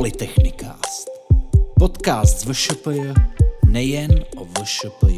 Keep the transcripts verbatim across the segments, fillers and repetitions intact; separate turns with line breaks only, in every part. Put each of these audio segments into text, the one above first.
Polytechnikast. Podcast z VŠPJ nejen o VŠPJ.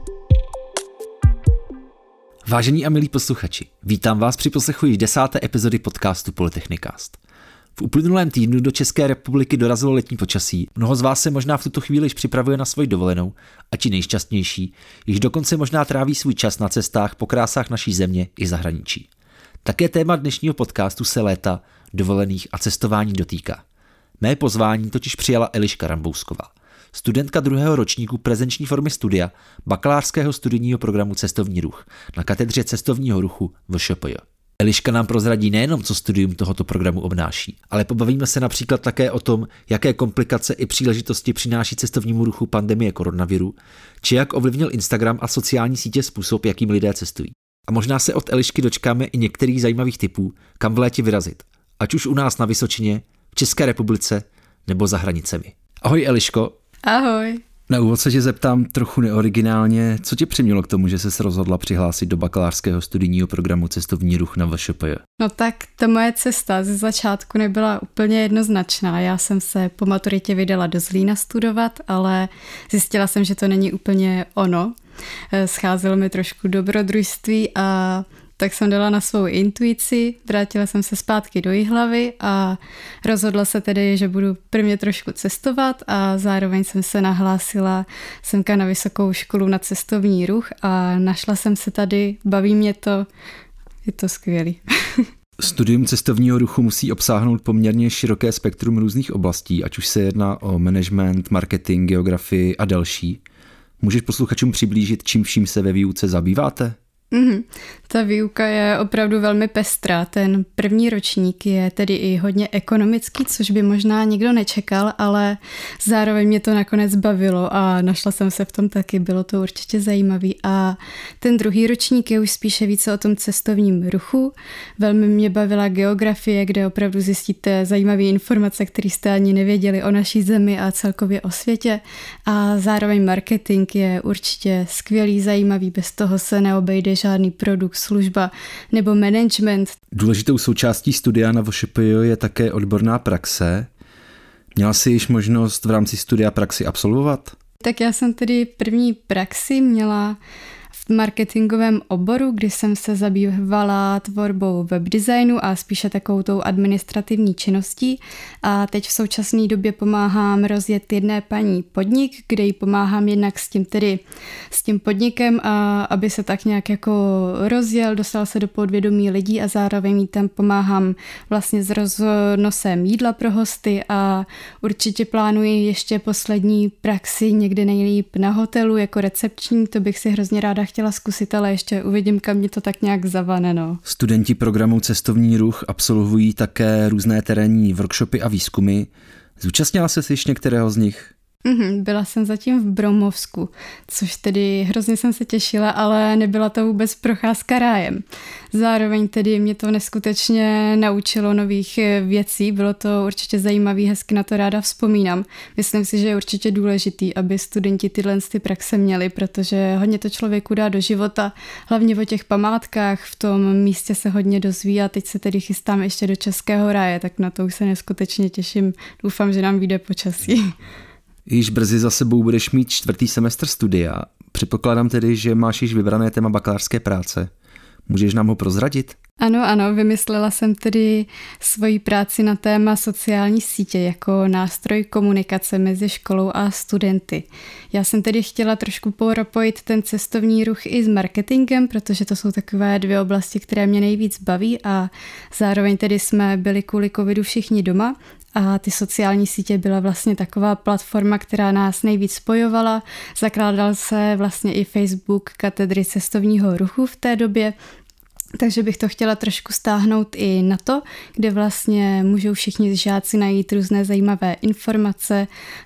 Vážení a milí posluchači, vítám vás při poslechu již desáté epizody podcastu Polytechnikast. V uplynulém týdnu do České republiky dorazilo letní počasí. Mnoho z vás se možná v tuto chvíli již připravuje na svoji dovolenou, a ti nejšťastnější, již dokonce možná tráví svůj čas na cestách po krásách naší země i zahraničí. Také téma dnešního podcastu se léta, dovolených a cestování dotýká. Mé pozvání totiž přijala Eliška Rambousková, studentka druhého ročníku prezenční formy studia bakalářského studijního programu Cestovní ruch na katedře cestovního ruchu VŠPJ. Eliška nám prozradí nejenom, co studium tohoto programu obnáší, ale pobavíme se například také o tom, jaké komplikace i příležitosti přináší cestovnímu ruchu pandemie koronaviru, či jak ovlivnil Instagram a sociální sítě způsob, jakým lidé cestují. A možná se od Elišky dočkáme i některých zajímavých tipů, kam v létě vyrazit, ať už u nás na Vysočině, v České republice nebo za hranicemi. Ahoj Eliško.
Ahoj.
Na úvod se tě zeptám trochu neoriginálně, co tě přimělo k tomu, že ses rozhodla přihlásit do bakalářského studijního programu Cestovní ruch na VŠPJ?
No tak ta moje cesta ze začátku nebyla úplně jednoznačná. Já jsem se po maturitě vydala do Zlína studovat, ale zjistila jsem, že to není úplně ono. Scházelo mi trošku dobrodružství a tak jsem dala na svou intuici, vrátila jsem se zpátky do Jihlavy a rozhodla se tedy, že budu prvně trošku cestovat a zároveň jsem se nahlásila semka na vysokou školu na cestovní ruch a našla jsem se tady, baví mě to, je to skvělý.
Studium cestovního ruchu musí obsáhnout poměrně široké spektrum různých oblastí, ať už se jedná o management, marketing, geografii a další. Můžeš posluchačům přiblížit, čím vším se ve výuce zabýváte?
Mm-hmm. Ta výuka je opravdu velmi pestrá. Ten první ročník je tedy i hodně ekonomický, což by možná nikdo nečekal, ale zároveň mě to nakonec bavilo a našla jsem se v tom taky, bylo to určitě zajímavý. A ten druhý ročník je už spíše více o tom cestovním ruchu. Velmi mě bavila geografie, kde opravdu zjistíte zajímavé informace, které jste ani nevěděli o naší zemi a celkově o světě. A zároveň marketing je určitě skvělý, zajímavý, bez toho se neobejde žádný produkt, služba nebo management.
Důležitou součástí studia na VŠPJ je také odborná praxe. Měla jsi již možnost v rámci studia praxi absolvovat?
Tak já jsem tedy první praxi měla v marketingovém oboru, kdy jsem se zabývala tvorbou webdesignu a spíše takovou tou administrativní činností. A teď v současné době pomáhám rozjet jedné paní podnik, kde jí pomáhám jednak s tím tedy s tím podnikem, a aby se tak nějak jako rozjel, dostal se do podvědomí lidí a zároveň jí tam pomáhám vlastně s roznosem jídla pro hosty a určitě plánuji ještě poslední praxi někde nejlíp na hotelu jako recepční, to bych si hrozně ráda chtěla zkusit, ale ještě uvidím, kam mě to tak nějak zavane. No.
Studenti programu Cestovní ruch absolvují také různé terénní workshopy a výzkumy. Zúčastnila ses již některého z nich?
Mm, byla jsem zatím v Broumovsku, což tedy hrozně jsem se těšila, ale nebyla to vůbec procházka rájem. Zároveň tedy mě to neskutečně naučilo nových věcí, bylo to určitě zajímavý, hezky na to ráda vzpomínám. Myslím si, že je určitě důležitý, aby studenti tyhle ty praxe měli, protože hodně to člověku dá do života, hlavně o těch památkách, v tom místě se hodně dozví a teď se tedy chystám ještě do Českého ráje, tak na to už se neskutečně těším, doufám, že nám vyjde počasí.
Již brzy za sebou budeš mít čtvrtý semestr studia. Předpokládám tedy, že máš již vybrané téma bakalářské práce. Můžeš nám ho prozradit?
Ano, ano, vymyslela jsem tedy svoji práci na téma sociální sítě jako nástroj komunikace mezi školou a studenty. Já jsem tedy chtěla trošku propojit ten cestovní ruch i s marketingem, protože to jsou takové dvě oblasti, které mě nejvíc baví a zároveň tedy jsme byli kvůli covidu všichni doma. A ty sociální sítě byla vlastně taková platforma, která nás nejvíc spojovala. Zakládal se vlastně i Facebook katedry cestovního ruchu v té době, takže bych to chtěla trošku stáhnout i na to, kde vlastně můžou všichni žáci najít různé zajímavé informace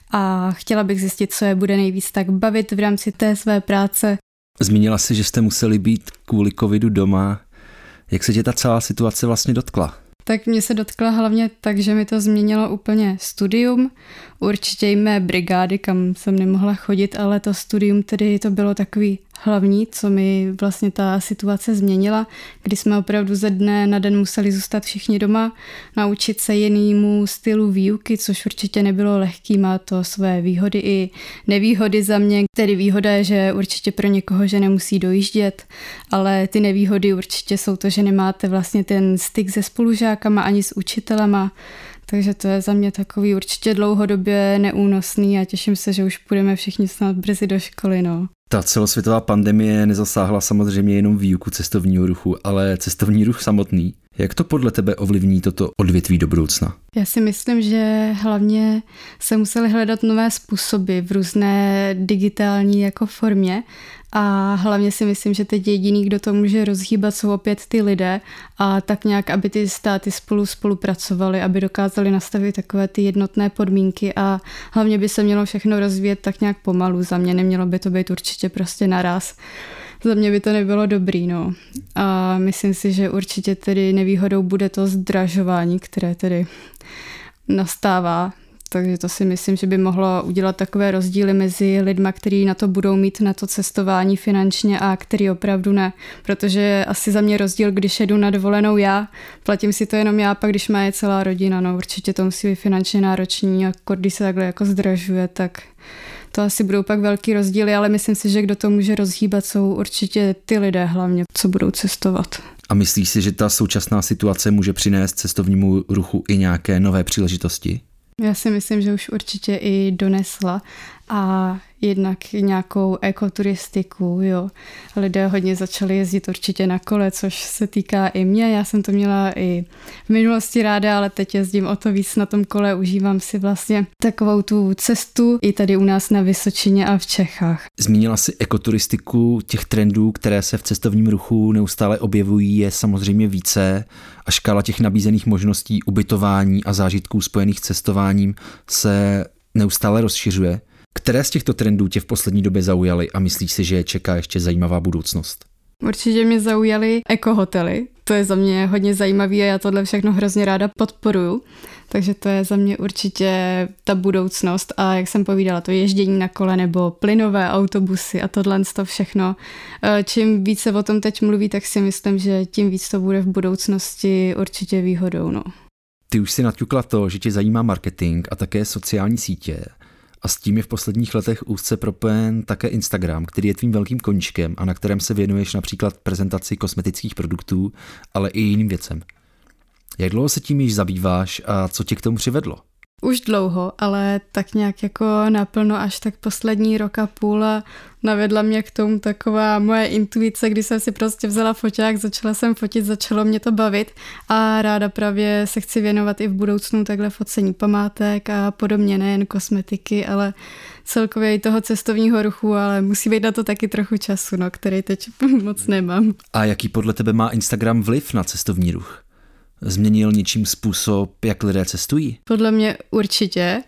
a chtěla bych zjistit, co je bude nejvíc tak bavit v rámci té své práce.
Zmínila jsi, že jste museli být kvůli covidu doma. Jak se tě ta celá situace vlastně dotkla?
Tak mě se dotkla hlavně tak, že mi to změnilo úplně studium, určitě i mé brigády, kam jsem nemohla chodit, ale to studium tedy to bylo takový hlavní, co mi vlastně ta situace změnila, kdy jsme opravdu ze dne na den museli zůstat všichni doma, naučit se jinému stylu výuky, což určitě nebylo lehký, má to své výhody i nevýhody za mě. Tedy výhoda je, že určitě pro někoho, že nemusí dojíždět, ale ty nevýhody určitě jsou to, že nemáte vlastně ten styk se spolužákama ani s učitelama, takže to je za mě takový určitě dlouhodobě neúnosný a těším se, že už půjdeme všichni snad brzy do školy. No.
Ta celosvětová pandemie nezasáhla samozřejmě jenom výuku cestovního ruchu, ale cestovní ruch samotný. Jak to podle tebe ovlivní toto odvětví do budoucna?
Já si myslím, že hlavně se museli hledat nové způsoby v různé digitální jako formě a hlavně si myslím, že teď jediný, kdo to může rozhýbat, jsou opět ty lidé a tak nějak, aby ty státy spolu spolupracovali, aby dokázali nastavit takové ty jednotné podmínky a hlavně by se mělo všechno rozvíjet tak nějak pomalu. Za mě nemělo by to být určitě prostě naraz. Za mě by to nebylo dobrý, no. A myslím si, že určitě tedy nevýhodou bude to zdražování, které tedy nastává. Takže to si myslím, že by mohlo udělat takové rozdíly mezi lidma, kteří na to budou mít na to cestování finančně a který opravdu ne. Protože asi za mě rozdíl, když jedu na dovolenou já, platím si to jenom já, pak když má je celá rodina, no určitě to musí být finančně náročný a když se takhle jako zdražuje, tak to asi budou pak velký rozdíly, ale myslím si, že kdo to může rozhýbat, jsou určitě ty lidé hlavně, co budou cestovat.
A myslíš si, že ta současná situace může přinést cestovnímu ruchu i nějaké nové příležitosti?
Já si myslím, že už určitě i donesla a jednak nějakou ekoturistiku, jo. Lidé hodně začali jezdit určitě na kole, což se týká i mě. Já jsem to měla i v minulosti ráda, ale teď jezdím o to víc na tom kole, užívám si vlastně takovou tu cestu i tady u nás na Vysočině a v Čechách.
Zmínila si ekoturistiku, těch trendů, které se v cestovním ruchu neustále objevují, je samozřejmě více a škála těch nabízených možností ubytování a zážitků spojených s cestováním se neustále rozšiřuje. Které z těchto trendů tě v poslední době zaujaly a myslíš si, že je čeká ještě zajímavá budoucnost?
Určitě mě zaujaly ekohotely. To je za mě hodně zajímavé a já tohle všechno hrozně ráda podporuju. Takže to je za mě určitě ta budoucnost a jak jsem povídala, to ježdění na kole nebo plynové autobusy a tohle to všechno. Čím více o tom teď mluví, tak si myslím, že tím víc to bude v budoucnosti určitě výhodou. No.
Ty už si naťukla to, že tě zajímá marketing a také sociální sítě. A s tím je v posledních letech úzce propojen také Instagram, který je tvým velkým koníčkem a na kterém se věnuješ například prezentaci kosmetických produktů, ale i jiným věcem. Jak dlouho se tím již zabýváš a co tě k tomu přivedlo?
Už dlouho, ale tak nějak jako naplno až tak poslední rok a půl a navedla mě k tomu taková moje intuice, kdy jsem si prostě vzala foťák, začala jsem fotit, začalo mě to bavit a ráda právě se chci věnovat i v budoucnu takhle focení památek a podobně, nejen kosmetiky, ale celkově i toho cestovního ruchu, ale musí být na to taky trochu času, no, který teď moc nemám.
A jaký podle tebe má Instagram vliv na cestovní ruch? Změnil něčím způsob, jak lidé cestují?
Podle mě určitě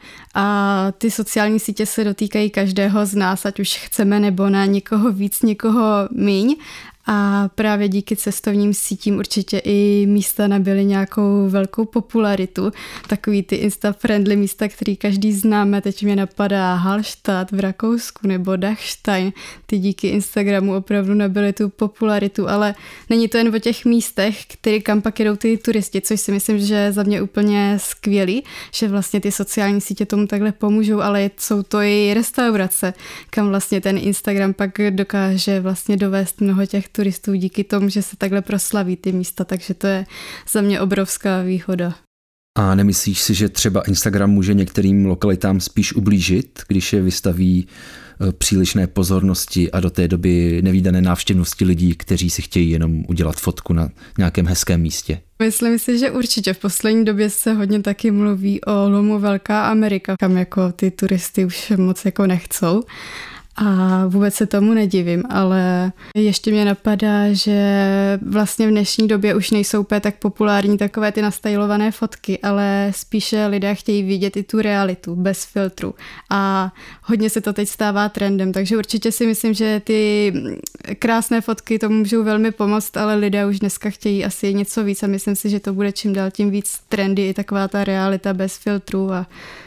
a ty sociální sítě se dotýkají každého z nás, ať už chceme nebo ne, někoho víc, někoho míň a právě díky cestovním sítím určitě i místa nabyly nějakou velkou popularitu. Takový ty insta-friendly místa, který každý známe, teď mě napadá Hallstatt v Rakousku nebo Dachstein. Ty díky Instagramu opravdu nabyly tu popularitu, ale není to jen o těch místech, který kam pak jedou ty turisti, což si myslím, že je za mě úplně skvělý, že vlastně ty sociální sítě tomu takhle pomůžou, ale jsou to i restaurace, kam vlastně ten Instagram pak dokáže vlastně dovést mnoho těch turistů díky tomu, že se takhle proslaví ty místa, takže to je za mě obrovská výhoda.
A nemyslíš si, že třeba Instagram může některým lokalitám spíš ublížit, když je vystaví přílišné pozornosti a do té doby nevídané návštěvnosti lidí, kteří si chtějí jenom udělat fotku na nějakém hezkém místě?
Myslím si, že určitě v poslední době se hodně taky mluví o lomu Velká Amerika, kam jako ty turisty už moc jako nechcou. A vůbec se tomu nedivím, ale ještě mě napadá, že vlastně v dnešní době už nejsou úplně tak populární takové ty nastylované fotky, ale spíše lidé chtějí vidět i tu realitu, bez filtru. A hodně se to teď stává trendem, takže určitě si myslím, že ty krásné fotky tomu můžou velmi pomoct, ale lidé už dneska chtějí asi něco víc a myslím si, že to bude čím dál tím víc trendy, i taková ta realita bez filtru a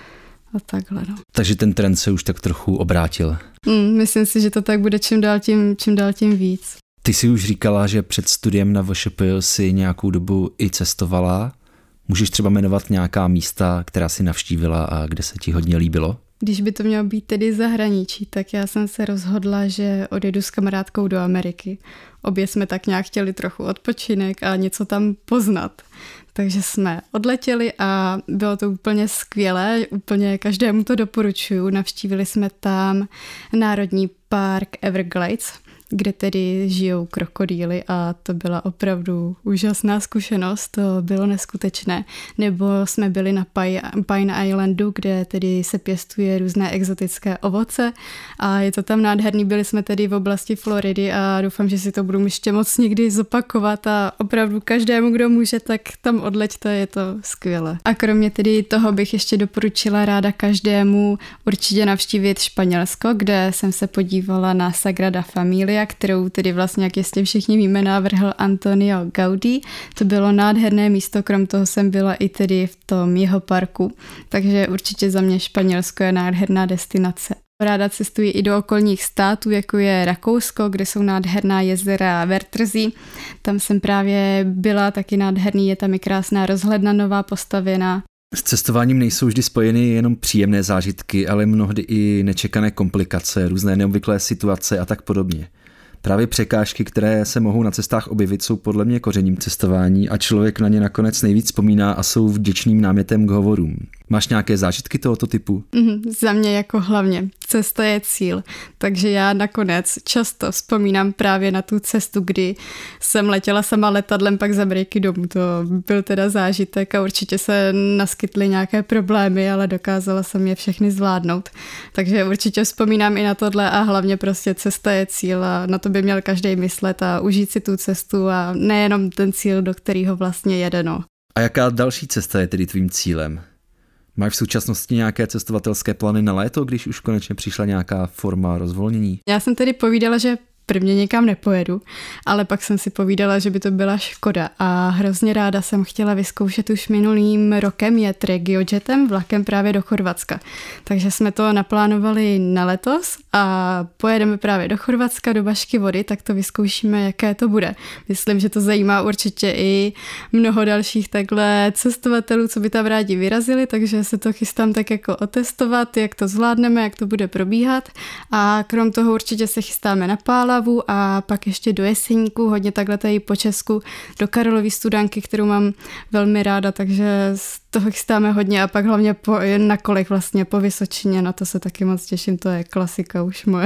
a takhle. No.
Takže ten trend se už tak trochu obrátil.
Mm, myslím si, že to tak bude čím dál tím, čím dál tím víc.
Ty jsi už říkala, že před studiem na V Š P si nějakou dobu i cestovala. Můžeš třeba jmenovat nějaká místa, která si navštívila a kde se ti hodně líbilo?
Když by to mělo být tedy zahraničí, tak já jsem se rozhodla, že odjedu s kamarádkou do Ameriky. Obě jsme tak nějak chtěli trochu odpočinek a něco tam poznat. Takže jsme odletěli a bylo to úplně skvělé, úplně každému to doporučuju. Navštívili jsme tam Národní park Everglades, kde tedy žijou krokodýly a to byla opravdu úžasná zkušenost, to bylo neskutečné. Nebo jsme byli na Pine Islandu, kde tedy se pěstuje různé exotické ovoce a je to tam nádherný. Byli jsme tedy v oblasti Floridy a doufám, že si to budu ještě moc někdy zopakovat a opravdu každému, kdo může, tak tam odleďte, je to skvělé. A kromě tedy toho bych ještě doporučila ráda každému určitě navštívit Španělsko, kde jsem se podívala na Sagrada Familia, kterou tedy vlastně, jak jistě všichni víme, navrhl Antonio Gaudí. To bylo nádherné místo, krom toho jsem byla i tedy v tom jeho parku, takže určitě za mě Španělsko je nádherná destinace. Ráda cestuji i do okolních států, jako je Rakousko, kde jsou nádherná jezera Wörthersee. Tam jsem právě byla, taky nádherný, je tam i krásná rozhledna nová postavená.
S cestováním nejsou vždy spojeny jenom příjemné zážitky, ale mnohdy i nečekané komplikace, různé neobvyklé situace a tak podobně. Právě překážky, které se mohou na cestách objevit, jsou podle mě kořením cestování a člověk na ně nakonec nejvíc vzpomíná a jsou vděčným námětem k hovorům. Máš nějaké zážitky tohoto typu?
Mm, za mě jako hlavně. Cesta je cíl, takže já nakonec často vzpomínám právě na tu cestu, kdy jsem letěla sama letadlem pak z Ameriky domů. To byl teda zážitek a určitě se naskytly nějaké problémy, ale dokázala jsem je všechny zvládnout. Takže určitě vzpomínám i na tohle a hlavně prostě cesta je cíl a na to by měl každý myslet a užít si tu cestu a nejenom ten cíl, do kterého vlastně jede. No.
A jaká další cesta je tedy tvým cílem? Máš v současnosti nějaké cestovatelské plány na léto, když už konečně přišla nějaká forma rozvolnění?
Já jsem tedy povídala, že prvně někam nepojedu, ale pak jsem si povídala, že by to byla škoda a hrozně ráda jsem chtěla vyzkoušet už minulým rokem jet regiojetem vlakem právě do Chorvatska. Takže jsme to naplánovali na letos a pojedeme právě do Chorvatska, do Bašky Vody, tak to vyzkoušíme, jaké to bude. Myslím, že to zajímá určitě i mnoho dalších takhle cestovatelů, co by tam rádi vyrazili, takže se to chystám tak jako otestovat, jak to zvládneme, jak to bude probíhat a krom toho určitě se chystáme na Pála a pak ještě do Jeseníku, hodně takhle tady po Česku, do Karlovy Studánky, kterou mám velmi ráda, takže z toho chystáme hodně a pak hlavně po, na kolech vlastně po Vysočině, na to se taky moc těším, to je klasika už moje.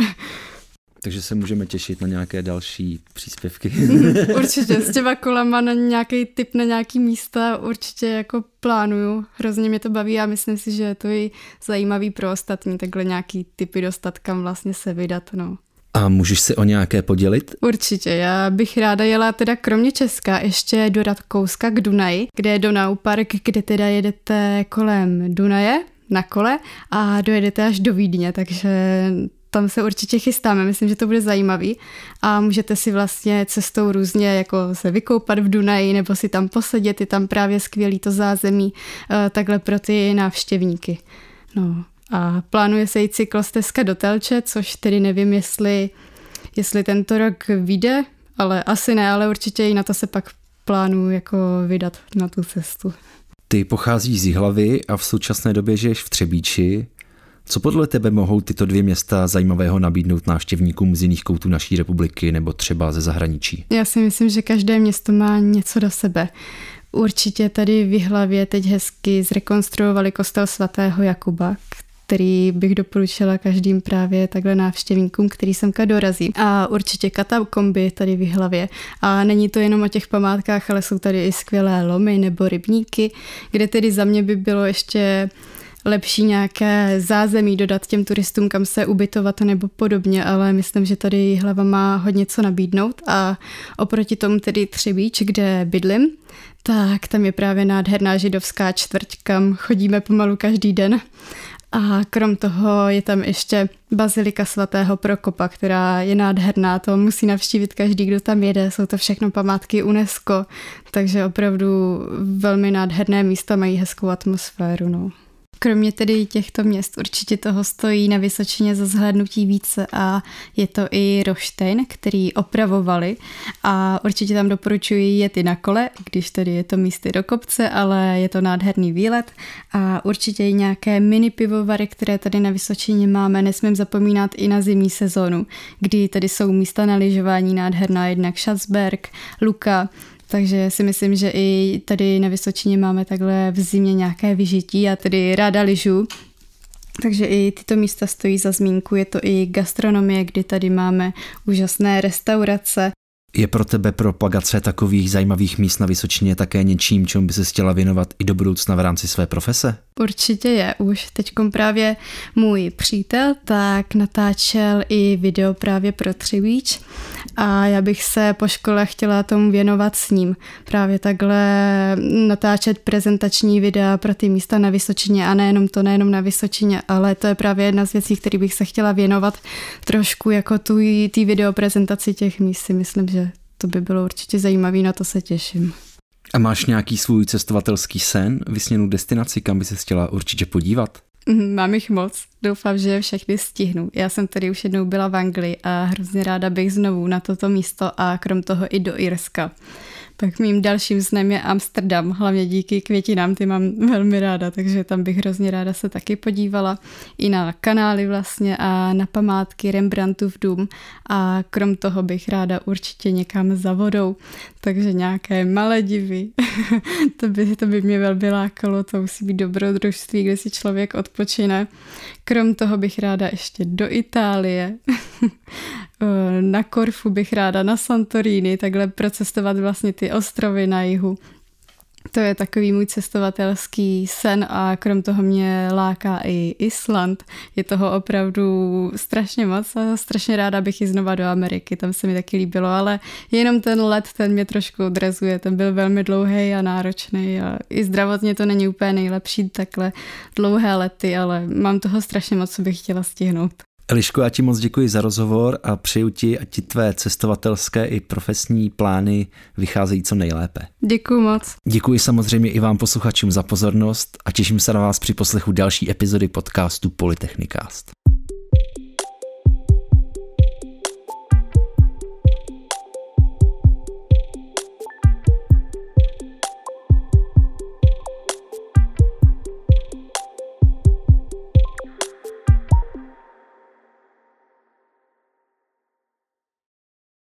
Takže se můžeme těšit na nějaké další příspěvky.
Určitě, s těma kolama na nějaký tip na nějaký místa určitě jako plánuju. Hrozně mě to baví a myslím si, že je to i zajímavý pro ostatní, takhle nějaký tipy dostat, kam vlastně se vydat, no.
A můžeš se o nějaké podělit?
Určitě, já bych ráda jela teda kromě Česka ještě do Rakouska k Dunaji, kde je Donau Park, kde teda jedete kolem Dunaje na kole a dojedete až do Vídně, takže tam se určitě chystáme, myslím, že to bude zajímavý a můžete si vlastně cestou různě jako se vykoupat v Dunaji nebo si tam posedět, je tam právě skvělý to zázemí takhle pro ty návštěvníky. No. A plánuje se jít cyklostezka do Telče, což tedy nevím, jestli, jestli tento rok vyjde, ale asi ne, ale určitě i na to se pak plánuju jako vydat na tu cestu.
Ty pocházíš z Jihlavy a v současné době žiješ v Třebíči. Co podle tebe mohou tyto dvě města zajímavého nabídnout návštěvníkům z jiných koutů naší republiky nebo třeba ze zahraničí?
Já si myslím, že každé město má něco do sebe. Určitě tady v Jihlavě teď hezky zrekonstruovali kostel svatého Jakuba, který bych doporučila každým právě takhle návštěvníkům, který semka dorazí. A určitě katakomby tady v Jihlavě. A není to jenom o těch památkách, ale jsou tady i skvělé lomy nebo rybníky, kde tedy za mě by bylo ještě lepší nějaké zázemí dodat těm turistům, kam se ubytovat nebo podobně, ale myslím, že tady Jihlava má hodně co nabídnout a oproti tomu tedy Třebíč, kde bydlím, tak tam je právě nádherná židovská čtvrť, kam chodíme pomalu každý den. A krom toho je tam ještě bazilika svatého Prokopa, která je nádherná, to musí navštívit každý, kdo tam jede, jsou to všechno památky UNESCO, takže opravdu velmi nádherné místa, mají hezkou atmosféru. No. Kromě tedy těchto měst určitě toho stojí na Vysočině za zhlédnutí více a je to i Roštejn, který opravovali a určitě tam doporučuji jet i na kole, když tedy je to místy do kopce, ale je to nádherný výlet a určitě i nějaké mini pivovary, které tady na Vysočině máme, nesmím zapomínat i na zimní sezónu, kdy tady jsou místa na lyžování nádherná, jednak Schatzberg, Luka. Takže si myslím, že i tady na Vysočině máme takhle v zimě nějaké vyžití a tedy ráda lyžu. Takže i tyto místa stojí za zmínku. Je to i gastronomie, kdy tady máme úžasné restaurace.
Je pro tebe propagace takových zajímavých míst na Vysočině také něčím, čemu by se chtěla věnovat i do budoucna v rámci své profese?
Určitě je. Už teďkom právě můj přítel tak natáčel i video právě pro Třebíč a já bych se po škole chtěla tomu věnovat s ním. Právě takhle natáčet prezentační videa pro ty místa na Vysočině a nejenom to, nejenom na Vysočině, ale to je právě jedna z věcí, které bych se chtěla věnovat trošku jako tu ty videoprezentaci těch míst, si myslím, že to by bylo určitě zajímavé, na to se těším.
A máš nějaký svůj cestovatelský sen, vysněnou destinaci, kam by se chtěla určitě podívat?
Mám jich moc. Doufám, že všechny stihnu. Já jsem tady už jednou byla v Anglii a hrozně ráda bych znovu na toto místo a krom toho i do Irska. Pak mým dalším snem je Amsterdam, hlavně díky květinám, ty mám velmi ráda, takže tam bych hrozně ráda se taky podívala. I na kanály vlastně a na památky Rembrandtův dům a krom toho bych ráda určitě někam za vodou, takže nějaké Maledivy, to, by, to by mě velmi lákalo, to musí být dobrodružství, kde si člověk odpočine. Krom toho bych ráda ještě do Itálie, na Korfu bych ráda, na Santorini, takhle procestovat vlastně ty ostrovy na jihu. To je takový můj cestovatelský sen a krom toho mě láká i Island. Je toho opravdu strašně moc a strašně ráda bych i znova do Ameriky, tam se mi taky líbilo, ale jenom ten let, ten mě trošku odrazuje, ten byl velmi dlouhý a náročný a i zdravotně to není úplně nejlepší takhle dlouhé lety, ale mám toho strašně moc, co bych chtěla stihnout.
Eliško, já ti moc děkuji za rozhovor a přeju ti, ať ti tvé cestovatelské i profesní plány vycházejí co nejlépe.
Děkuji moc.
Děkuji samozřejmě i vám posluchačům za pozornost a těším se na vás při poslechu další epizody podcastu Polytechnikast.